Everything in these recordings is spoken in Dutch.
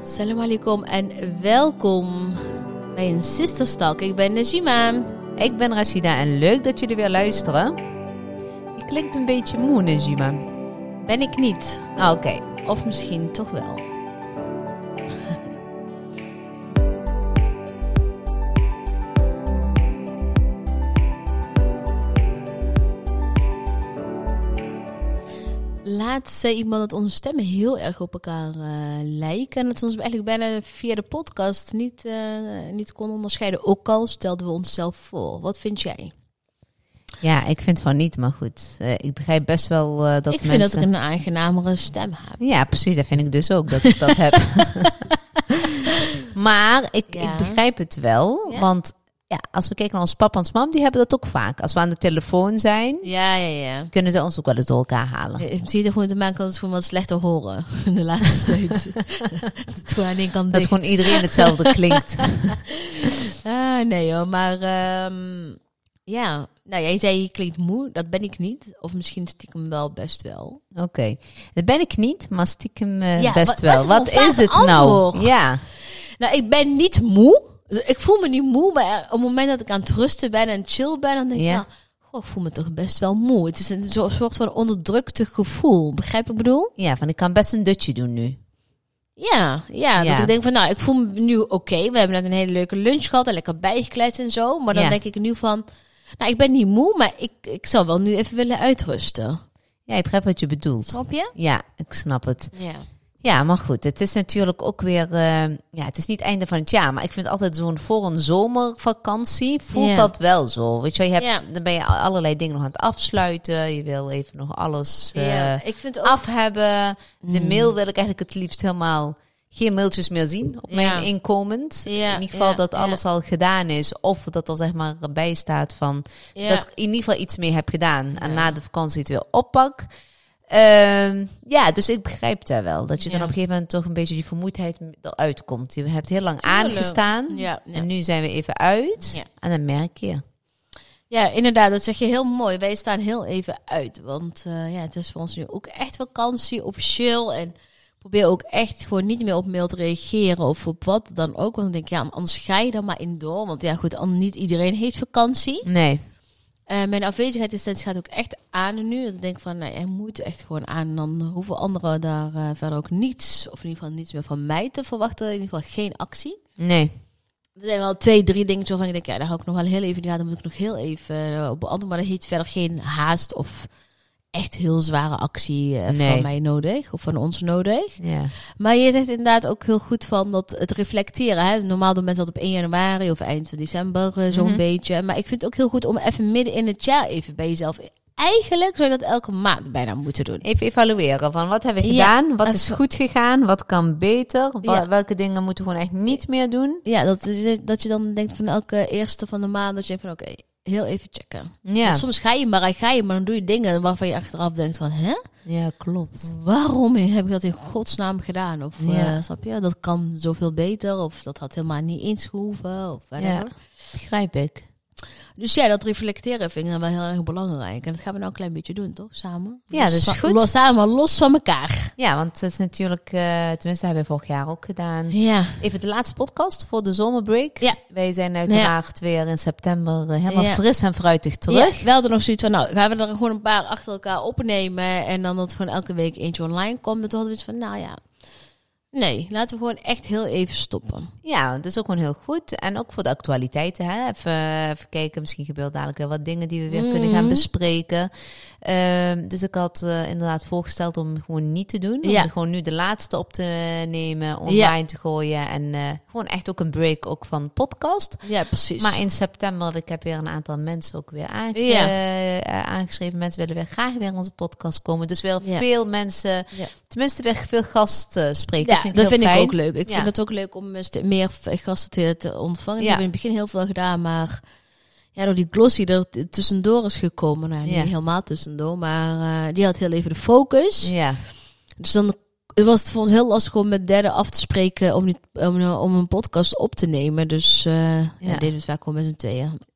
Assalamu alaikum en welkom bij een Sisterstalk. Ik ben Najima. Ik ben Rashida en leuk dat jullie weer luisteren. Je klinkt een beetje moe, Najima. Ben ik niet. Oké. Of misschien toch wel. Laatst zei iemand dat onze stemmen heel erg op elkaar lijken. En dat we ons eigenlijk bijna via de podcast niet konden onderscheiden. Ook al stelden we onszelf voor. Wat vind jij? Ja, ik vind van niet, maar goed. Ik begrijp best wel dat mensen... Ik vind dat ik een aangenamere stem heb. Ja, precies. Dat vind ik dus ook, dat ik dat heb. Maar ik begrijp het wel, want... Ja, als we kijken naar ons papa en ons mam, die hebben dat ook vaak. Als we aan de telefoon zijn, kunnen ze ons ook wel eens door elkaar halen. Het heeft gewoon te maken dat het gewoon wat slechter horen in de laatste tijd. Dat gewoon aan één kant dat gewoon iedereen hetzelfde klinkt. Nee hoor, maar ja. Nou, jij zei je klinkt moe, dat ben ik niet. Of misschien stiekem wel best wel. Oké, dat ben ik niet, maar stiekem best wel. Wat is het nou? Ja. Nou, ik ben niet moe. Ik voel me niet moe, maar op het moment dat ik aan het rusten ben en chill ben, dan denk ik, ik voel me toch best wel moe. Het is een soort van onderdrukte gevoel. Begrijp wat ik bedoel? Ja, van ik kan best een dutje doen nu. Ja. Dat ik denk van, nou, ik voel me nu oké. We hebben net een hele leuke lunch gehad en lekker bijgekleed en zo. Maar dan denk ik nu van, nou, ik ben niet moe, maar ik zou wel nu even willen uitrusten. Ja, ik begrijp wat je bedoelt. Snap je? Ja, ik snap het. Ja. Ja, maar goed, het is natuurlijk ook weer... het is niet het einde van het jaar, maar ik vind altijd voor een zomervakantie voelt dat wel zo. Weet je, dan ben je allerlei dingen nog aan het afsluiten. Je wil even nog alles ik vind ook... af hebben. De mail wil ik eigenlijk het liefst helemaal geen mailtjes meer zien op mijn inkomend. In ieder geval dat alles al gedaan is. Of dat er zeg maar bij staat van dat ik in ieder geval iets mee heb gedaan. En na de vakantie het weer oppak. Dus ik begrijp daar wel. Dat je dan op een gegeven moment toch een beetje die vermoeidheid eruit komt. Je hebt heel lang aangestaan. En nu zijn we even uit. Ja. En dan merk je. Ja, inderdaad. Dat zeg je heel mooi. Wij staan heel even uit. Want het is voor ons nu ook echt vakantie, officieel. En probeer ook echt gewoon niet meer op mail te reageren. Of op wat dan ook. Want dan denk ik, anders ga je er maar in door. Want niet iedereen heeft vakantie. Nee. Mijn afwezigheidstendens gaat ook echt aan nu. Dat ik denk van, hij moet echt gewoon aan. En dan hoeven anderen daar verder ook niets, of in ieder geval niets meer van mij te verwachten. In ieder geval geen actie. Nee. Er zijn wel 2-3 dingen waarvan ik denk, daar hou ik nog wel heel even in de gaten. Daar moet ik nog heel even op beantwoorden. Maar er heeft verder geen haast of echt heel zware actie van mij nodig. Of van ons nodig. Ja. Maar je zegt inderdaad ook heel goed van dat het reflecteren. Hè? Normaal doen mensen dat op 1 januari of eind van december zo'n beetje. Maar ik vind het ook heel goed om even midden in het jaar even bij jezelf... Eigenlijk zou je dat elke maand bijna moeten doen. Even evalueren van wat hebben we gedaan? Wat is goed gegaan? Wat kan beter? Welke dingen moeten we gewoon echt niet meer doen? Ja, dat je dan denkt van elke eerste van de maand... dat je denkt van oké, heel even checken. Ja. Want soms ga je maar dan doe je dingen waarvan je achteraf denkt van... hè? Ja, klopt. Waarom heb ik dat in godsnaam gedaan? Of snap je? Dat kan zoveel beter. Of dat had helemaal niet eens gehoeven. Of whatever. Ja, begrijp ik. Dus dat reflecteren vind ik dan wel heel erg belangrijk. En dat gaan we nou een klein beetje doen, toch? Samen? Ja, dat is goed. Samen, los van elkaar. Ja, want het is natuurlijk... tenminste, hebben we vorig jaar ook gedaan. Ja. Even de laatste podcast voor de zomerbreak. Ja. Wij zijn uiteraard weer in september helemaal fris en fruitig terug. Ja, we hadden nog zoiets van, nou, gaan we er gewoon een paar achter elkaar opnemen. En dan dat gewoon elke week eentje online komt. En toen hadden we iets van, nee, laten we gewoon echt heel even stoppen. Ja, dat is ook gewoon heel goed. En ook voor de actualiteiten. Hè? Even kijken, misschien gebeurt dadelijk wel wat dingen die we weer kunnen gaan bespreken. Dus ik had inderdaad voorgesteld om gewoon niet te doen. Om gewoon nu de laatste op te nemen, online te gooien. En gewoon echt ook een break ook van podcast. Ja, precies. Maar in september, ik heb weer een aantal mensen ook weer aangeschreven. Mensen willen weer graag weer in onze podcast komen. Dus weer veel mensen, tenminste weer veel gastsprekers. Ja, dat vind ik ook leuk. Ik vind het ook leuk om meer gasten te ontvangen. Ik heb in het begin heel veel gedaan, maar door die glossy dat het tussendoor is gekomen. Nou, niet helemaal tussendoor, maar die had heel even de focus. Ja. Dus dan was het voor ons heel lastig om met derden af te spreken om een podcast op te nemen. Dus deden we het vaak gewoon met z'n tweeën.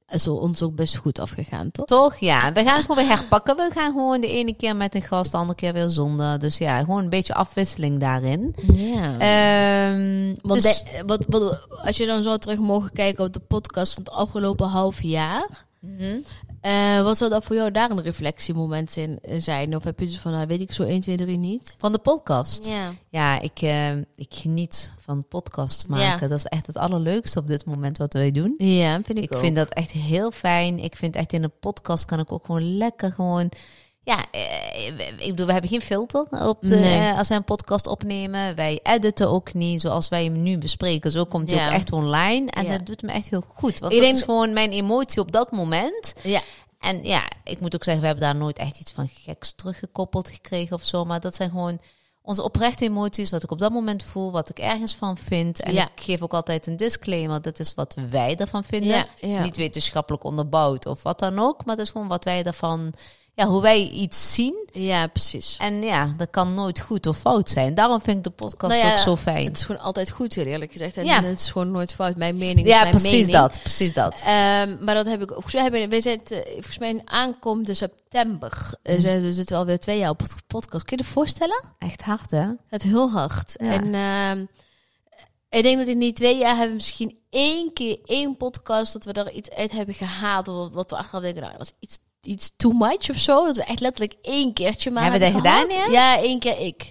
is ons ook best goed afgegaan, toch? Toch, ja. We gaan het gewoon weer herpakken. We gaan gewoon de ene keer met een gast, de andere keer weer zonder. Dus ja, gewoon een beetje afwisseling daarin. Ja. Dus, als je dan zo terug mogen kijken op de podcast van het afgelopen half jaar. Wat zou dat voor jou daar een reflectiemoment in zijn? Of heb je dus van, weet ik zo 1, 2, 3 niet? Van de podcast? Ja. Ja, ik geniet van podcasts maken. Ja. Dat is echt het allerleukste op dit moment wat wij doen. Ja, vind ik ook. Ik vind dat echt heel fijn. Ik vind echt in een podcast kan ik ook gewoon lekker gewoon... Ja, ik bedoel, we hebben geen filter op als wij een podcast opnemen. Wij editen ook niet zoals wij hem nu bespreken. Zo komt hij ook echt online. En dat doet me echt heel goed. Want dat is gewoon mijn emotie op dat moment. Ja. En ja, ik moet ook zeggen, we hebben daar nooit echt iets van geks teruggekoppeld gekregen of zo. Maar dat zijn gewoon onze oprechte emoties, wat ik op dat moment voel, wat ik ergens van vind. En ik geef ook altijd een disclaimer. Dat is wat wij ervan vinden. Ja, het is niet wetenschappelijk onderbouwd of wat dan ook. Maar het is gewoon wat wij ervan... Ja, hoe wij iets zien. Ja, precies. En ja, dat kan nooit goed of fout zijn. Daarom vind ik de podcast ook zo fijn. Het is gewoon altijd goed, heel eerlijk gezegd. En het is gewoon nooit fout. Mijn mening is mijn mening. Precies dat. Maar dat heb ik ook. We zijn volgens mij aankomende september. Ze zitten alweer 2 jaar op de podcast. Kun je je voorstellen? Echt hard, hè? Het is heel hard. Ja. En ik denk dat in die 2 jaar hebben we misschien 1 keer 1 podcast dat we er iets uit hebben gehaald. Wat we achteraf denken, nou, dat was iets too much of zo. Dat we echt letterlijk 1 keertje maar hebben we dat gedaan, ja? Ja, 1 keer ik.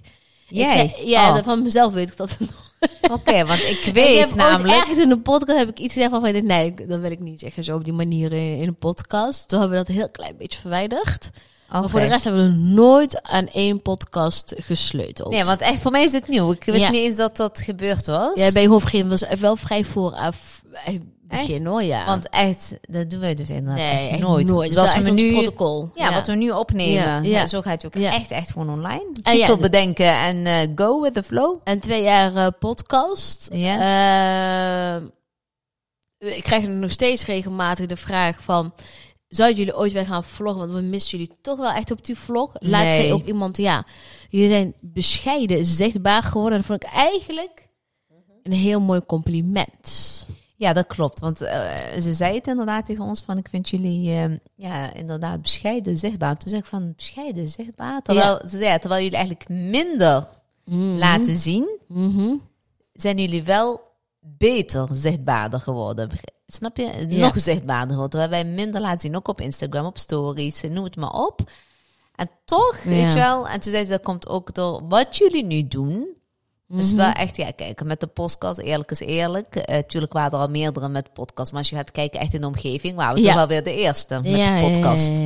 Van mezelf weet ik dat nog. Oké, want ik weet namelijk... Ergens in een podcast heb ik iets gezegd van... Nee, dat wil ik niet zeggen zo op die manier in een podcast. Toen hebben we dat een heel klein beetje verwijderd. Okay. Maar voor de rest hebben we nooit aan 1 podcast gesleuteld. Nee, want echt voor mij is dit nieuw. Ik wist niet eens dat dat gebeurd was. Ja, bij Hoofdgeen was wel vrij vooraf... Begin, hoor, ja. Want echt, dat doen we dus inderdaad echt nooit. Zoals we nu protocol. Ja, wat we nu opnemen. Ja. Zo gaat het ook echt gewoon online. Titel bedenken en go with the flow. En 2 jaar podcast. Ja. Ik krijg nog steeds regelmatig de vraag van... Zouden jullie ooit weer gaan vloggen? Want we missen jullie toch wel echt op die vlog. Laat zei ook iemand, jullie zijn bescheiden, zichtbaar geworden. En dat vond ik eigenlijk een heel mooi compliment. Ja, dat klopt. Want ze zei het inderdaad tegen ons van... ik vind jullie inderdaad bescheiden zichtbaar. Toen zei ik van bescheiden zichtbaar? Terwijl jullie eigenlijk minder laten zien... zijn jullie wel beter zichtbaarder geworden. Snap je? Nog zichtbaarder geworden. Terwijl wij minder laten zien. Ook op Instagram, op stories, noem het maar op. En toch, weet je wel... En toen zei ze, dat komt ook door wat jullie nu doen... Dus wel echt, kijk, met de podcast, eerlijk is eerlijk. Tuurlijk waren er al meerdere met podcast. Maar als je gaat kijken echt in de omgeving, waren we toch wel weer de eerste met de podcast.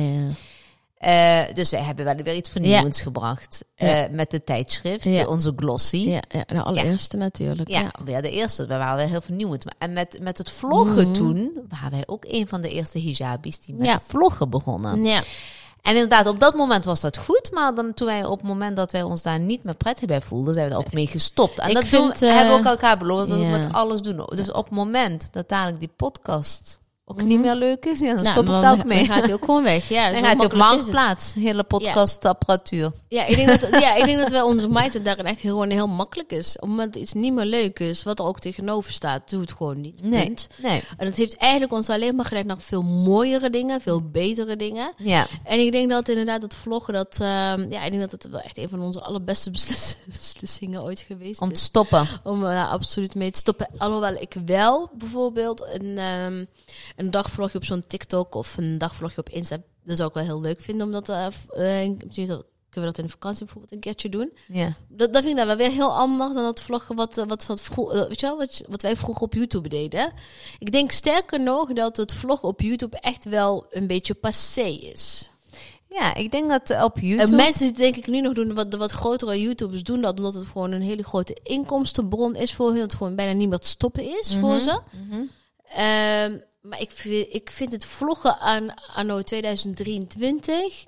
Dus wij hebben wel weer iets vernieuwends gebracht. Met de tijdschrift, onze glossy. Ja, de allereerste natuurlijk. Ja, weer de eerste. We waren wel heel vernieuwend. En met het vloggen toen, waren wij ook een van de eerste hijabis die met het vloggen begonnen. Ja. En inderdaad, op dat moment was dat goed. Maar dan toen wij op het moment dat wij ons daar niet meer prettig bij voelden, zijn we er ook mee gestopt. En hebben we ook elkaar beloofd dat we met alles doen. Dus op het moment dat dadelijk die podcast ook niet meer leuk is, dan stop ik daar ook mee. Dan gaat hij ook gewoon weg. Ja, dan gaat hij op marktplaats. Hele podcastapparatuur. Ja, ik denk dat wij onze mindset daarin echt heel makkelijk is. Op het moment dat iets niet meer leuk is, wat er ook tegenover staat, doe het gewoon niet. Nee. En het heeft eigenlijk ons alleen maar geleid naar veel mooiere dingen, veel betere dingen. Ja. En ik denk dat inderdaad dat vloggen, ik denk dat het wel echt een van onze allerbeste beslissingen ooit geweest is. Om te stoppen. Om absoluut mee te stoppen. Alhoewel ik wel bijvoorbeeld een dagvlogje op zo'n TikTok of een dagvlogje op Insta, dat zou ik wel heel leuk vinden, omdat kunnen we dat in de vakantie bijvoorbeeld een keertje doen. Ja. Dat vind ik dan wel weer heel anders dan dat vloggen wat wij vroeger op YouTube deden. Ik denk sterker nog dat het vloggen op YouTube echt wel een beetje passé is. Ja, ik denk dat op YouTube... mensen die denk ik nu nog doen, wat grotere YouTubers doen dat, omdat het gewoon een hele grote inkomstenbron is voor hun. Het gewoon bijna niet meer te stoppen is voor ze. Maar ik vind het vloggen aan anno 2023...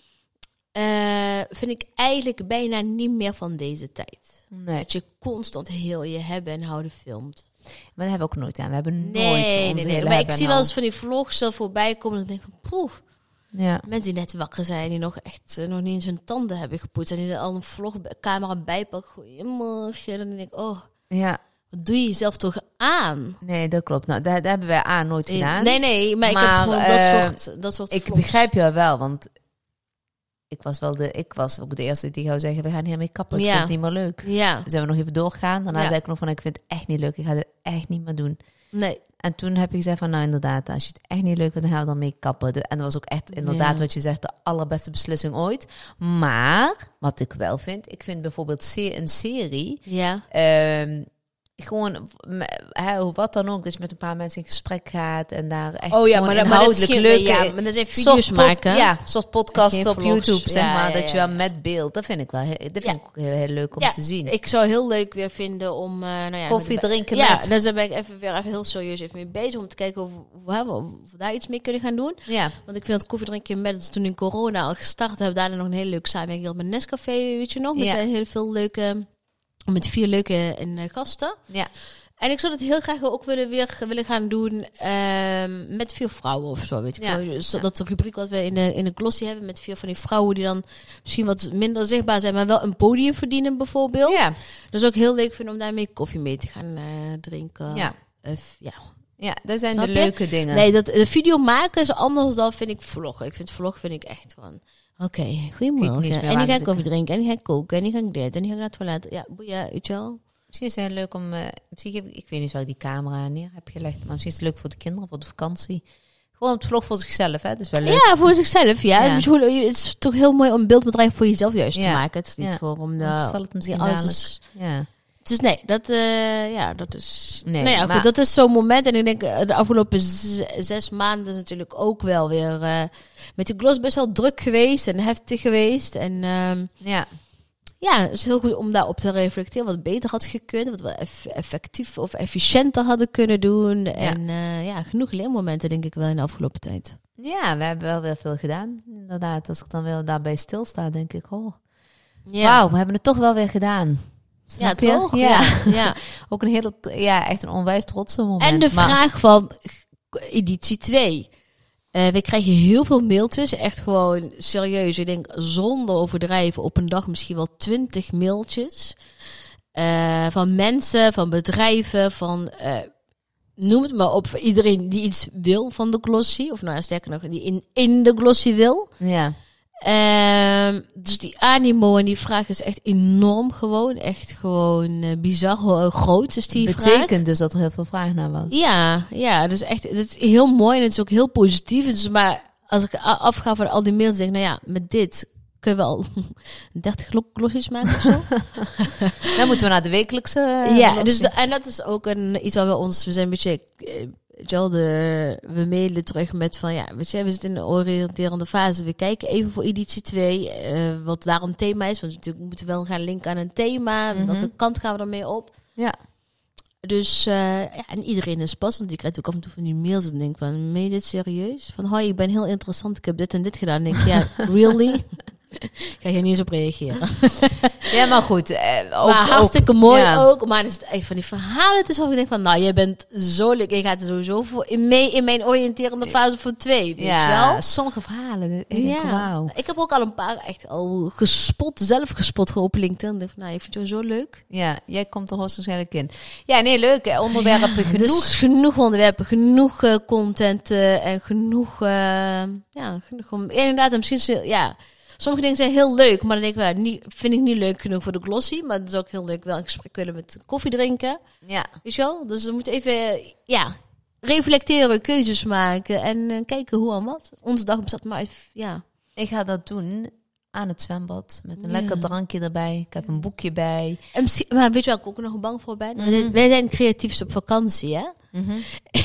vind ik eigenlijk bijna niet meer van deze tijd. Nee. Dat je constant heel je hebben en houden filmt. Maar dat hebben we ook nooit aan. We hebben nooit Nee. Maar ik zie wel eens van die vlogs zo voorbij komen en denk ik, poeh. Ja. Mensen die net wakker zijn, die nog niet eens hun tanden hebben gepoetst en die er al een vlogcamera bijpakken. Goedemorgen. Dan denk ik, oh. Ja. wat doe je jezelf toch aan? Nee, dat klopt. Nou, dat hebben wij nooit gedaan. Nee, maar ik heb gewoon dat soort ik vlogs. begrijp je wel, want ik was ook de eerste die zou zeggen, we gaan hiermee kappen. Ik vind het niet meer leuk. Ja. Dan zijn we nog even doorgaan. Daarna zei ik nog van, ik vind het echt niet leuk. Ik ga het echt niet meer doen. Nee. En toen heb ik gezegd van, nou inderdaad, als je het echt niet leuk vindt, dan gaan we ermee kappen. En dat was ook echt inderdaad wat je zegt, de allerbeste beslissing ooit. Maar, wat ik wel vind, ik vind bijvoorbeeld een serie... Ja. Gewoon, wat dan ook, dat je met een paar mensen in gesprek gaat en daar echt inhoudelijk leuke... Ja, maar dat zijn video's maken. Ja, soort podcasts op YouTube, zeg maar, dat je wel met beeld, dat vind ik wel, heel leuk om te zien. Ik zou heel leuk weer vinden om... koffie drinken met. Ja, dus daar ben ik even heel serieus even mee bezig, om te kijken of we daar iets mee kunnen gaan doen. Ja. Want ik vind dat koffie drinken met, toen in corona al gestart, hebben we daarna nog een hele leuke samenwerking met Nescafé, weet je nog, met heel veel leuke... Met 4 leuke gasten. Ja. En ik zou het heel graag ook willen gaan doen met 4 vrouwen of zo. Weet ik wel. Dus dat de rubriek wat we in de glossy hebben met 4 van die vrouwen die dan misschien wat minder zichtbaar zijn, maar wel een podium verdienen bijvoorbeeld. Ja. Dat is ook heel leuk vinden om daarmee koffie mee te gaan drinken. Ja. Ja, dat zijn Snap de je? leuke dingen. Nee, de video maken is anders dan vind ik vloggen. Ik vind vloggen echt van... Oké, goedemorgen. En die ga ik koffie drinken. En die ga ik koken. En die ga ik dit. En die ga ik naar het toilet. Ja, boeien, weet je wel. Misschien is het leuk om... ik weet niet waar ik die camera neer heb gelegd. Maar misschien is het leuk voor de kinderen, voor de vakantie. Gewoon het vlog voor zichzelf, hè. Dat is wel leuk. Ja, voor zichzelf, ja. Het is toch heel mooi om een beeldbedrijf voor jezelf juist te maken. Het is niet voor om... zal het misschien alles... Dus nee, dat is... Nee, nou ja, goed, dat is zo'n moment. En ik denk, de afgelopen 6 maanden is natuurlijk ook wel weer... met de gloss best wel druk geweest en heftig geweest. En ja, het is heel goed om daarop te reflecteren. Wat beter had gekund, wat we effectief of efficiënter hadden kunnen doen. Ja. En genoeg leermomenten denk ik wel in de afgelopen tijd. Ja, we hebben wel weer veel gedaan. Inderdaad, als ik dan wel daarbij stilsta, denk ik... Wauw, we hebben het toch wel weer gedaan. Snap je? Toch? Ja. Ook een hele, echt een onwijs trotse moment. En de vraag van editie 2. We krijgen heel veel mailtjes, echt gewoon serieus. Ik denk zonder overdrijven op een dag misschien wel 20 mailtjes. Van mensen, van bedrijven, van noem het maar op. Iedereen die iets wil van de glossy. Of nou ja, sterker nog, die in de glossy wil. Ja. Dus die animo en die vraag is echt enorm gewoon. Echt gewoon bizar groot is die vraag. Betekent dus dat er heel veel vraag naar was. Ja, dus echt, het is heel mooi en het is ook heel positief. Dus maar als ik afga van al die mails, denk ik, nou ja, met dit kunnen we al 30 glossies maken of zo. Dan moeten we naar de wekelijkse dus en dat is ook iets waar we zijn een beetje... we mailen terug met van weet je, we zitten in de oriënterende fase. We kijken even voor editie 2 wat daar een thema is. Want natuurlijk moeten we wel gaan linken aan een thema. Mm-hmm. Welke kant gaan we ermee op? Ja. Dus en iedereen is passend. Die krijgt ook af en toe van die mails en denk van, meen je dit serieus? Van, hoi, ik ben heel interessant. Ik heb dit en dit gedaan. En denk ja, really? Ga je niet eens op reageren. Ja, maar goed. Maar hartstikke mooi ook. Maar het is echt van die verhalen. Het is wel, ik denk van, nou, jij bent zo leuk. Je gaat er sowieso mee in mijn oriënterende fase voor 2. Weet je wel? Sommige verhalen. Wow. Ik heb ook al een paar echt al zelf gespot op LinkedIn. Ik denk van, nou, je vindt het zo leuk. Ja, jij komt er waarschijnlijk in. Ja, nee, leuk. Onderwerpen genoeg. Dus genoeg onderwerpen, genoeg content en genoeg, genoeg om, inderdaad, en misschien, sommige dingen zijn heel leuk, maar dan denk ik, vind ik niet leuk genoeg voor de glossy. Maar het is ook heel leuk wel een gesprek willen met koffie drinken. Ja. Weet je wel? Dus we moeten even, reflecteren, keuzes maken en kijken hoe en wat. Onze dag bestaat maar uit, Ik ga dat doen aan het zwembad met een lekker drankje erbij. Ik heb een boekje bij. Maar weet je wel, ik ook nog bang voor ben? Mm-hmm. Wij zijn creatiefs op vakantie, hè? Mm-hmm.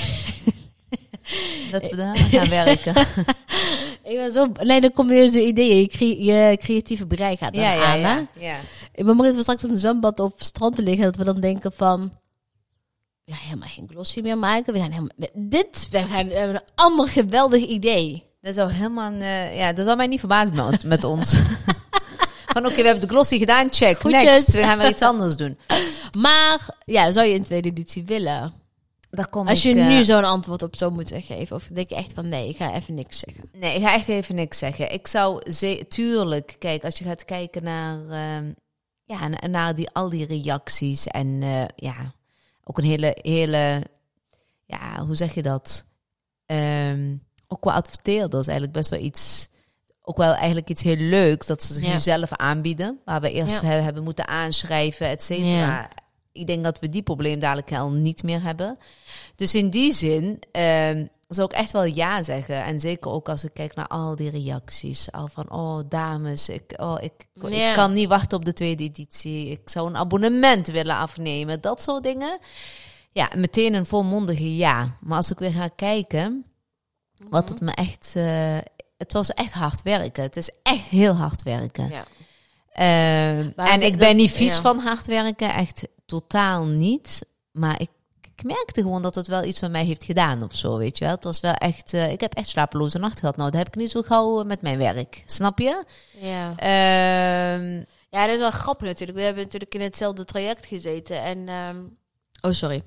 Dat we daar gaan werken. Dan komt weer zo'n idee. Je creatieve brein gaat dan aan. Ja. Ik ben bang dat we straks in een zwembad op het strand te liggen. Dat we dan denken van... Ja, helemaal geen glossy meer maken. We gaan een ander geweldig idee. Dat zou helemaal... dat zou mij niet verbazen met ons. Van oké, we hebben de glossy gedaan. Check. Goedjes. Next. We gaan weer iets anders doen. Maar zou je in tweede editie willen... Als je nu zo'n antwoord op zou moeten geven, of denk je echt van nee, ik ga even niks zeggen? Nee, ik ga echt even niks zeggen. Ik zou tuurlijk, kijk, als je gaat kijken naar al die reacties en ook een hele, ja, hoe zeg je dat? Ook qua adverteerders eigenlijk best wel iets, ook wel eigenlijk iets heel leuks dat ze zich nu zelf aanbieden. Waar we eerst hebben moeten aanschrijven, et cetera. Ja. Ik denk dat we die probleem dadelijk al niet meer hebben. Dus in die zin zou ik echt wel ja zeggen. En zeker ook als ik kijk naar al die reacties. Al van, dames, ik kan niet wachten op de tweede editie. Ik zou een abonnement willen afnemen. Dat soort dingen. Ja, meteen een volmondige ja. Maar als ik weer ga kijken, wat het me echt... het was echt hard werken. Het is echt heel hard werken. Ja. En ik ben niet vies van hard werken. Echt totaal niet. Maar ik merkte gewoon dat het wel iets met mij heeft gedaan of zo, weet je wel. Het was wel echt... ik heb echt slapeloze nacht gehad. Nou, dat heb ik niet zo gauw met mijn werk. Snap je? Ja. Ja, dat is wel grappig natuurlijk. We hebben natuurlijk in hetzelfde traject gezeten. En... sorry.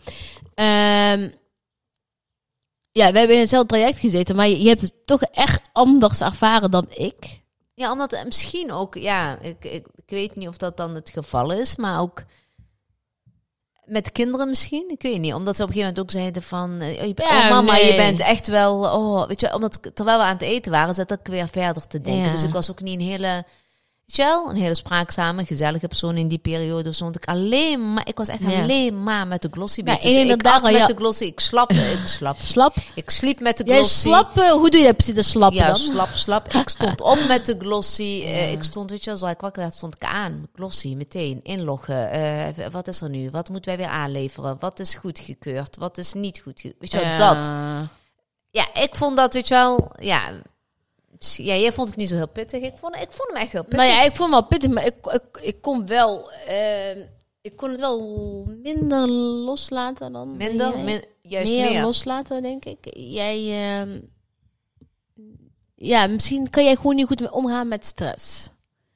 Ja, we hebben in hetzelfde traject gezeten. Maar je hebt het toch echt anders ervaren dan ik. Ja, omdat misschien ook... Ja, ik weet niet of dat dan het geval is. Maar ook... Met kinderen misschien? Ik weet niet. Omdat ze op een gegeven moment ook zeiden van... mama, je bent echt wel... weet je, omdat terwijl we aan het eten waren, zat ik weer verder te denken. Ja. Dus ik was ook niet een hele... Weet je wel? Een hele spraakzame, gezellige persoon in die periode. Dus ik was echt alleen maar met de glossy bezig. Dus ik at met de glossy. Ik sliep met de glossy. Hoe doe je precies de slappen dan? Slap. Ik stond op met de glossy. Ik stond, weet je wel, zoals ik wakker werd, stond ik aan. Glossy, meteen, inloggen. Wat is er nu? Wat moeten wij weer aanleveren? Wat is goedgekeurd? Wat is niet goedgekeurd? Weet je wel, dat. Ja, ik vond dat, weet je wel, ja... Ja, jij vond het niet zo heel pittig. Ik vond hem echt heel pittig. Nou ja, ik vond hem wel pittig, maar ik kon wel... ik kon het wel minder loslaten dan... Juist meer loslaten, denk ik. Jij... ja, misschien kan jij gewoon niet goed mee omgaan met stress.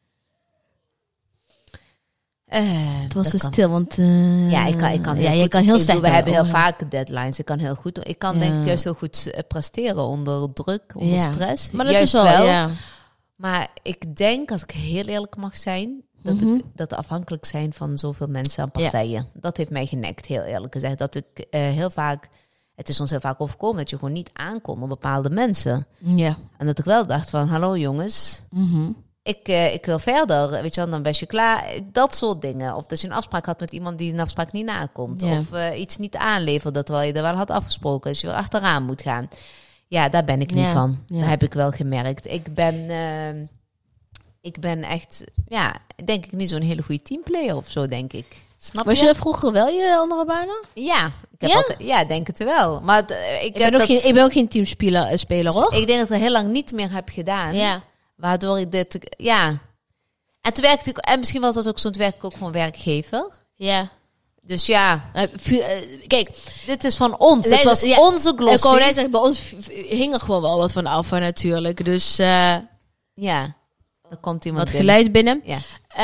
Het was dus stil, want... ja, ik kan heel goed. Je kan heel slecht. We hebben heel vaak deadlines. Ik kan heel goed. Ik kan denk ik juist heel goed presteren onder druk, onder stress. Maar dat juist is wel. Ja. Maar ik denk, als ik heel eerlijk mag zijn, dat afhankelijk zijn van zoveel mensen en partijen. Ja. Dat heeft mij genekt, heel eerlijk gezegd. Dat ik heel vaak... Het is ons heel vaak overkomen dat je gewoon niet aankomt op bepaalde mensen. Ja. En dat ik wel dacht van, hallo jongens... Ik wil verder, weet je wel, dan ben je klaar. Dat soort dingen. Of dat je een afspraak had met iemand die een afspraak niet nakomt. Ja. Of iets niet aanlevert, dat terwijl je er wel had afgesproken. Dus je weer achteraan moet gaan. Ja, daar ben ik niet van. Ja. Dat heb ik wel gemerkt. Ik ben echt, denk ik niet zo'n hele goede teamplayer of zo, denk ik. Snap Was je vroeger wel je andere banen? Ja, ik denk het wel. Maar ik ben ook geen teamspeler, hoor. Ik denk dat ik het heel lang niet meer heb gedaan. Ja. Waardoor ik dit... Ja. En toen werkte ik... En misschien was dat ook zo'n werk ik ook van werkgever. Ja. Dus ja. Kijk. Dit is van ons. Het was onze glossy. Ik kon net zeggen, bij ons hing er gewoon wel wat van af natuurlijk. Dus... ja. Er komt iemand wat geluid binnen. Ja.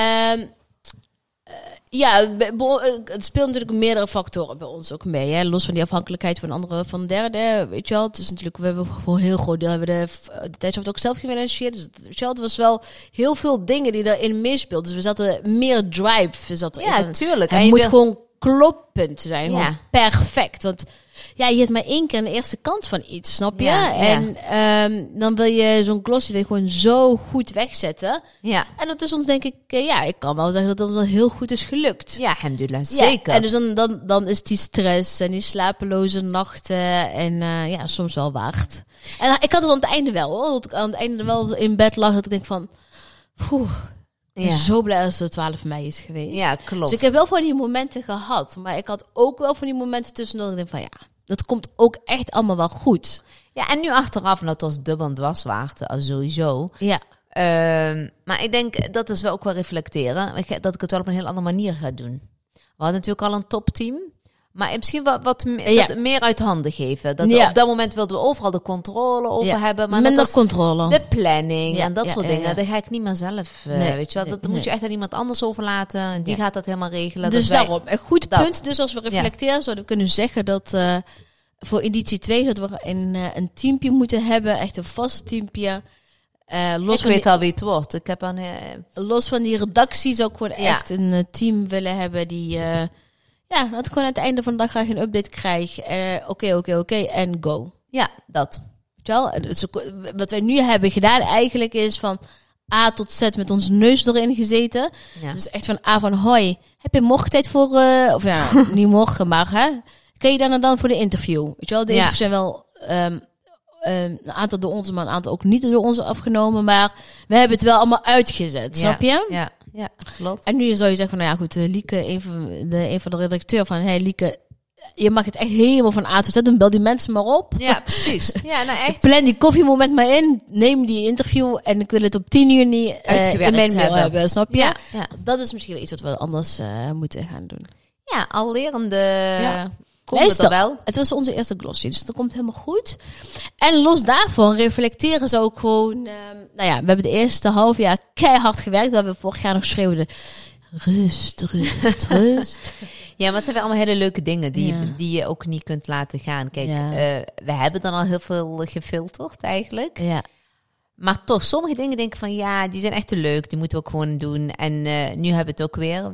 Ja, het speelt natuurlijk meerdere factoren bij ons ook mee. Hè? Los van die afhankelijkheid van anderen, van derden. Weet je wel, het is natuurlijk, we hebben voor een heel groot deel hebben de tijdschrift ook zelf gefinancierd. Dus weet je wel, het was wel heel veel dingen die daarin meespeelden. Dus we zaten meer drive. Tuurlijk. En je moet gewoon kloppend zijn. Ja. Perfect. Want ja, je hebt maar één keer een eerste kans van iets, snap je? Ja, ja. En dan wil je zo'n glossy gewoon zo goed wegzetten. Ja. En dat is ons denk ik, ik kan wel zeggen dat het ons heel goed is gelukt. Ja, alhamdulillah, zeker. En dus dan is die stress en die slapeloze nachten en soms wel waard. En ik had het aan het einde wel, hoor. Dat ik aan het einde wel in bed lag, dat ik denk van... Ik ben zo blij dat het 12 mei is geweest. Ja, klopt. Dus ik heb wel van die momenten gehad. Maar ik had ook wel van die momenten tussendoor. Ik denk van dat komt ook echt allemaal wel goed. Ja, en nu achteraf, dat was dubbel en dwars waard, sowieso. Ja. Maar ik denk, dat is wel ook wel reflecteren. Dat ik het wel op een heel andere manier ga doen. We hadden natuurlijk al een topteam. Maar misschien wat meer uit handen geven. Dat op dat moment wilden we overal de controle over hebben. Maar minder controle. De planning en dat soort dingen. Dat ga ik niet meer zelf, weet je wel. Dat moet je echt aan iemand anders overlaten. En die gaat dat helemaal regelen. Dus daarom, een goed punt. Dus als we reflecteren, zouden we kunnen zeggen dat voor editie 2... dat we een teampje moeten hebben. Echt een vast teampje. Ik weet al wie het wordt. Ik heb los van die redactie zou ik gewoon echt een team willen hebben die... Ja, dat ik gewoon aan het einde van de dag graag een update krijg. Oké, en go. Ja, dat. Wat wij nu hebben gedaan eigenlijk is van A tot Z met onze neus erin gezeten. Ja. Dus echt van A van hoi, heb je morgen tijd voor... of ja, niet morgen, maar hè? Kun je dan voor de interview? Weet je wel, de interviews zijn wel... een aantal door ons, maar een aantal ook niet door ons afgenomen. Maar we hebben het wel allemaal uitgezet, snap je? Ja, klopt. En nu zou je zeggen van, nou ja goed, Lieke, een van de redacteur van, hey Lieke, je mag het echt helemaal van A tot Z doen, bel die mensen maar op. Ja, precies. Ja, nou echt. Plan die koffiemoment maar in, neem die interview en ik wil het op 10 juni in mijn mail hebben, snap je? Ja. Dat is misschien wel iets wat we anders moeten gaan doen. Ja, al lerende... Komt het wel? Het was onze eerste glossy, dus dat komt helemaal goed. En los daarvan reflecteren ze ook gewoon... we hebben de eerste half jaar keihard gewerkt. We hebben vorig jaar nog geschreven... Rust. Ja, maar het zijn wel allemaal hele leuke dingen die je ook niet kunt laten gaan. Kijk, we hebben dan al heel veel gefilterd eigenlijk. Ja. Maar toch, sommige dingen denken van... Ja, die zijn echt te leuk. Die moeten we ook gewoon doen. En nu hebben we het ook weer.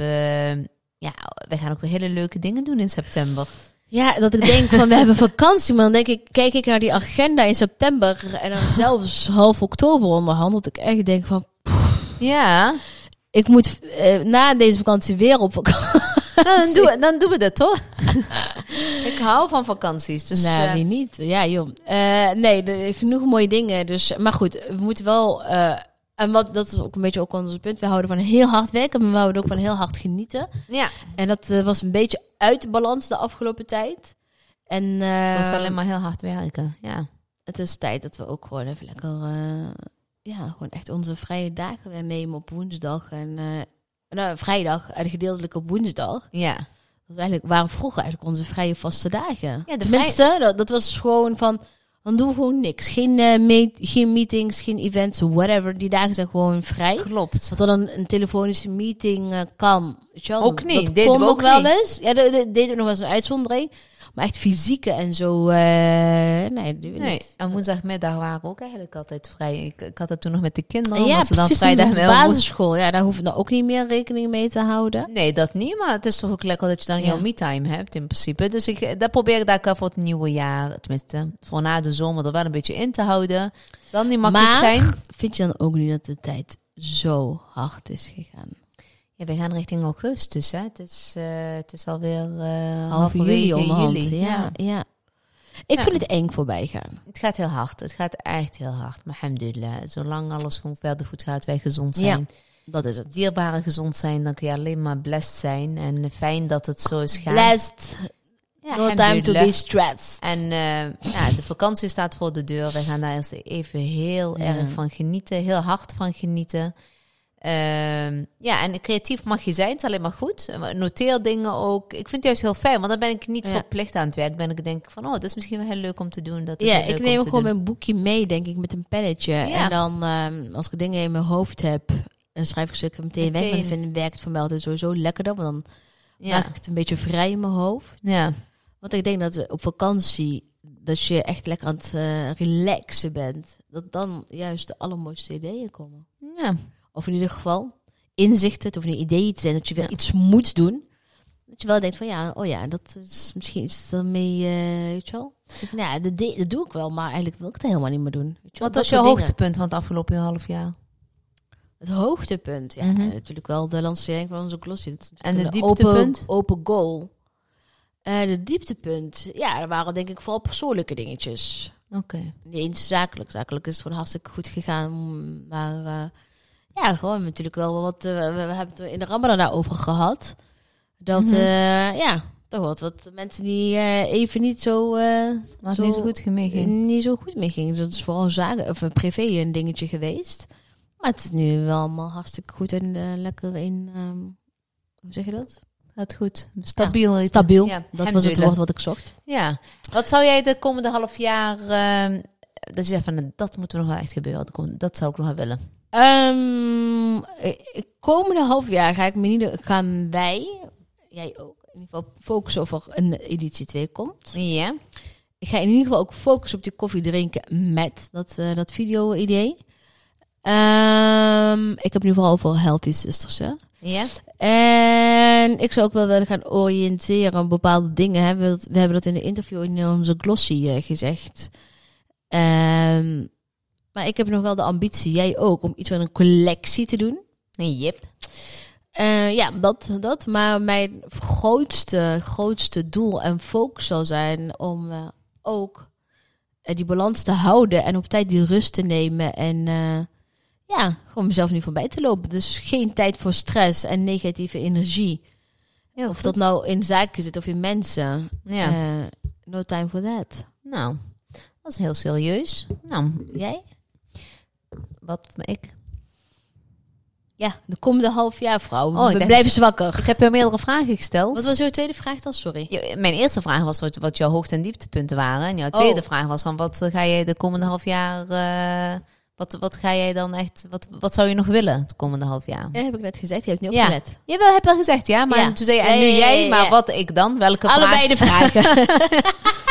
Wij gaan ook weer hele leuke dingen doen in september. Ja, dat ik denk van we hebben vakantie, maar dan kijk ik naar die agenda in september en dan zelfs half oktober onderhand, dat ik echt denk van... Ja. Ik moet na deze vakantie weer op vakantie. Dan doen we dat toch? Ik hou van vakanties. Dus, wie niet? Ja, joh. Genoeg mooie dingen. Dus, maar goed, we moeten wel... dat is ook een beetje ook ons punt. We houden van heel hard werken, maar we houden ook van heel hard genieten. Ja. En dat was een beetje uit balans de afgelopen tijd. En het was alleen maar heel hard werken. Ja. Het is tijd dat we ook gewoon even lekker, gewoon echt onze vrije dagen weer nemen op woensdag en vrijdag en gedeeltelijk op woensdag. Ja. Dat waren vroeger eigenlijk onze vrije vaste dagen. Ja, tenminste, dat was gewoon van. Dan doen we gewoon niks. Geen meetings, geen events, whatever. Die dagen zijn gewoon vrij. Klopt. Dat er dan een telefonische meeting kan. Weet je wel? Ook niet. Dat kon ook wel eens. Ja, dat deden we nog wel eens een uitzondering. Maar echt fysieke en zo, nee, dat doen we niet. En woensdagmiddag waren we ook eigenlijk altijd vrij. Ik had het toen nog met de kinderen. Ja, precies. Dan vrijdag op de basisschool. Ja, daar hoeven we dan ook niet meer rekening mee te houden. Nee, dat niet. Maar het is toch ook lekker dat je dan jouw me-time hebt in principe. Dus dat probeer ik daar voor het nieuwe jaar, tenminste voor na de zomer, er wel een beetje in te houden. Zal niet makkelijk zijn. Vind je dan ook niet dat de tijd zo hard is gegaan? Ja, we gaan richting augustus, hè. Het is alweer half juli onderhand. Ja. Ik vind het eng voorbij gaan. Het gaat heel hard. Het gaat echt heel hard. Maar alhamdulillah, zolang alles gewoon verder goed gaat, wij gezond zijn. Ja, dat is het. Dierbaren gezond zijn, dan kun je alleen maar blessed zijn. En fijn dat het zo is gaan. Blessed. Ja, no time to be stressed. En de vakantie staat voor de deur. Wij gaan daar eerst even heel erg van genieten. Heel hard van genieten. En creatief mag je zijn, het is alleen maar goed. Noteer dingen ook. Ik vind het juist heel fijn, want dan ben ik niet verplicht aan het werk. Ben ik denk van, dat is misschien wel heel leuk om te doen. Dat is ik neem gewoon mijn boekje mee, denk ik, met een pennetje. Ja. En dan, als ik dingen in mijn hoofd heb, dan schrijf ik ze meteen weg. Want dan werkt het voor mij altijd sowieso lekkerder, want dan maak ik het een beetje vrij in mijn hoofd. Ja. Want ik denk dat op vakantie, dat je echt lekker aan het relaxen bent, dat dan juist de allermooiste ideeën komen. Ja. Of in ieder geval inzichten, het hoeft niet ideeën te zijn dat je weer iets moet doen. Dat je wel denkt van dat is misschien iets daarmee, weet je wel. Dat doe ik wel, maar eigenlijk wil ik het helemaal niet meer doen. Weet je wel? Wat was je hoogtepunt van het afgelopen half jaar? Het hoogtepunt, natuurlijk wel de lancering van onze glossy. En de dieptepunt? Open goal. De dieptepunt, er waren denk ik vooral persoonlijke dingetjes. Oké. Niet eens zakelijk. Zakelijk is het gewoon hartstikke goed gegaan, maar... gewoon natuurlijk wel wat... we hebben het in de Ramadan daarover gehad. Dat, toch wat mensen die even niet zo... niet zo goed mee ging. Niet zo goed mee ging. Dat is vooral een privé een dingetje geweest. Maar het is nu wel allemaal hartstikke goed en lekker in... hoe zeg je dat? Gaat goed. Stabiel. Ja, stabiel. Ja, dat was het woord wat ik zocht. Ja. Wat zou jij de komende half jaar... dat je zegt van, dat moet er nog wel echt gebeuren. Dat zou ik nog wel willen. Komende half jaar gaan wij, jij ook, in ieder geval focussen of er een editie 2 komt. Ja. Ik ga in ieder geval ook focussen op die koffie drinken met dat video-idee. Ik heb nu vooral over Healthy Sisters, hè? Ja. En ik zou ook wel willen gaan oriënteren op bepaalde dingen. Hè? We hebben dat in de interview in onze glossy gezegd. Maar ik heb nog wel de ambitie, jij ook, om iets van een collectie te doen. Yep. Ja, dat. Maar mijn grootste doel en focus zal zijn om ook die balans te houden en op tijd die rust te nemen en gewoon mezelf niet voorbij te lopen. Dus geen tijd voor stress en negatieve energie. Heel of goed. Dat nou in zaken zit of in mensen. Ja. No time for that. Nou, dat is heel serieus. Nou, jij? Wat ik? Ja, de komende half jaar, vrouw. We blijven zwakker. Ik heb je meerdere vragen gesteld. Wat was jouw tweede vraag dan? Sorry. Mijn eerste vraag was wat jouw hoogte- en dieptepunten waren. En jouw tweede vraag was van wat ga jij de komende half jaar... Wat ga jij dan echt... Wat zou je nog willen het komende half jaar? Ja, dat heb ik net gezegd. Je hebt niet opgelet. Jawel, heb je al gezegd, ja. Maar toen zei je, en nu jij, maar wat ik dan? Welke allebei vraag? De vragen.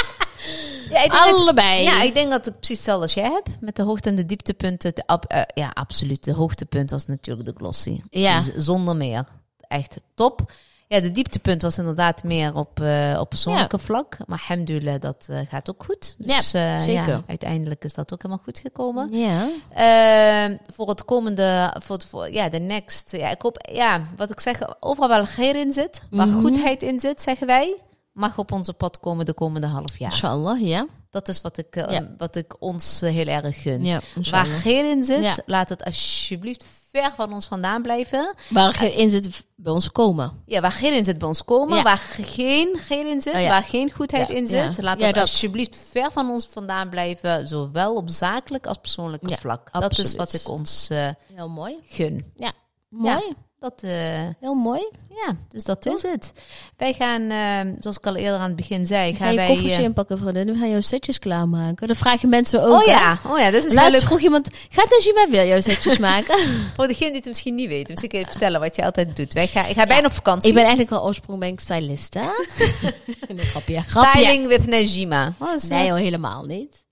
Allebei. Ik denk dat ik precies hetzelfde als jij hebt. Met de hoogte- en de dieptepunten. Absoluut. De hoogtepunt was natuurlijk de glossy. Ja. Dus zonder meer. Echt top. Ja, de dieptepunt was inderdaad meer op persoonlijke vlak. Maar alhamdulillah, dat gaat ook goed. Dus zeker. Uiteindelijk is dat ook helemaal goed gekomen. Ja. Voor het komende, de next. Ja, ik hoop, wat ik zeg, overal waar geer in zit, waar goedheid in zit, zeggen wij, mag op onze pad komen de komende half jaar. Inshallah, ja. Dat is wat ik ons heel erg gun. Ja, waar geer in zit, laat het alsjeblieft ver van ons vandaan blijven. Waar geer in zit, bij ons komen. Ja, waar geer in zit, bij ons komen. Ja. Waar geen geer in zit, waar geen goedheid in zit, laat het alsjeblieft ver van ons vandaan blijven. Zowel op zakelijk als persoonlijk vlak. Absoluut. Dat is wat ik ons heel mooi gun. Ja, mooi. Ja. Dat, heel mooi. Ja, dus dat is het. Wij gaan, zoals ik al eerder aan het begin zei... Ga je koffertje inpakken, vriendin? We gaan jouw setjes klaarmaken. Dan vragen mensen ook. Oh ja, dat is laatst vroeg iemand... Gaat Najima weer jouw setjes maken? Voor degene die het misschien niet weet. Misschien kun je vertellen wat je altijd doet. Ik ga bijna op vakantie. Ik ben eigenlijk al oorspronkelijk stylist, hè? Nee, grapje. Styling with Najima. Nee hoor, helemaal niet.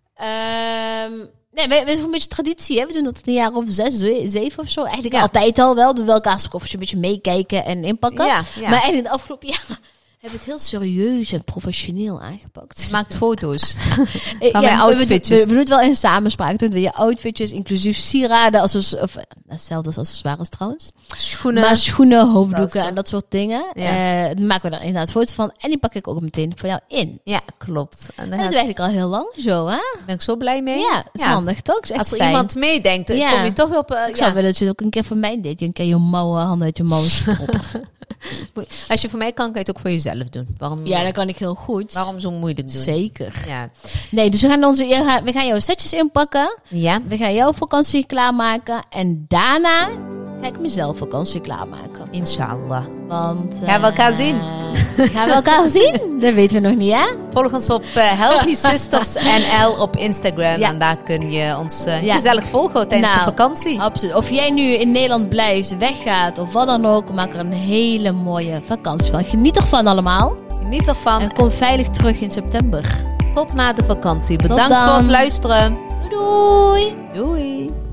Nee, we hebben een beetje traditie, hè? We doen dat een jaar of 6, 7 of zo. Eigenlijk altijd al wel. Doen we elkaars koffertje een beetje meekijken en inpakken. Ja. Maar eigenlijk de afgelopen jaar hebben we het heel serieus en professioneel aangepakt. Maakt foto's van mijn outfitjes. We doen het wel in samenspraak. Doen we je outfitjes, inclusief sieraden. Hetzelfde als accessoires trouwens. Schoenen, hoofddoeken en dat soort dingen. Daar maken we dan inderdaad foto's van. En die pak ik ook meteen voor jou in. Ja, klopt. En dat doen we eigenlijk al heel lang zo, hè? Daar ben ik zo blij mee. Ja, is handig toch? Is echt als er fijn. iemand meedenkt, kom je toch wel op... ik zou willen dat je het ook een keer voor mij deed. Je een keer je handen uit je mouwen stroppen. Als je voor mij kan je het ook voor jezelf doen. Waarom? Ja, dat kan ik heel goed. Waarom zo moeilijk doen? Zeker. Ja. Nee, dus we gaan jouw setjes inpakken. Ja. We gaan jouw vakantie klaarmaken. En daarna ga ik mezelf vakantie klaarmaken. Inshallah. Want... gaan we elkaar zien? Gaan we elkaar zien? Dat weten we nog niet, hè? Volg ons op Healthy Sisters NL op Instagram. Ja. En daar kun je ons gezellig volgen tijdens de vakantie. Absoluut. Of jij nu in Nederland blijft, weggaat of wat dan ook. Maak er een hele mooie vakantie van. Geniet ervan allemaal. Geniet ervan. En kom veilig terug in september. Tot na de vakantie. Bedankt voor het luisteren. Doei. Doei.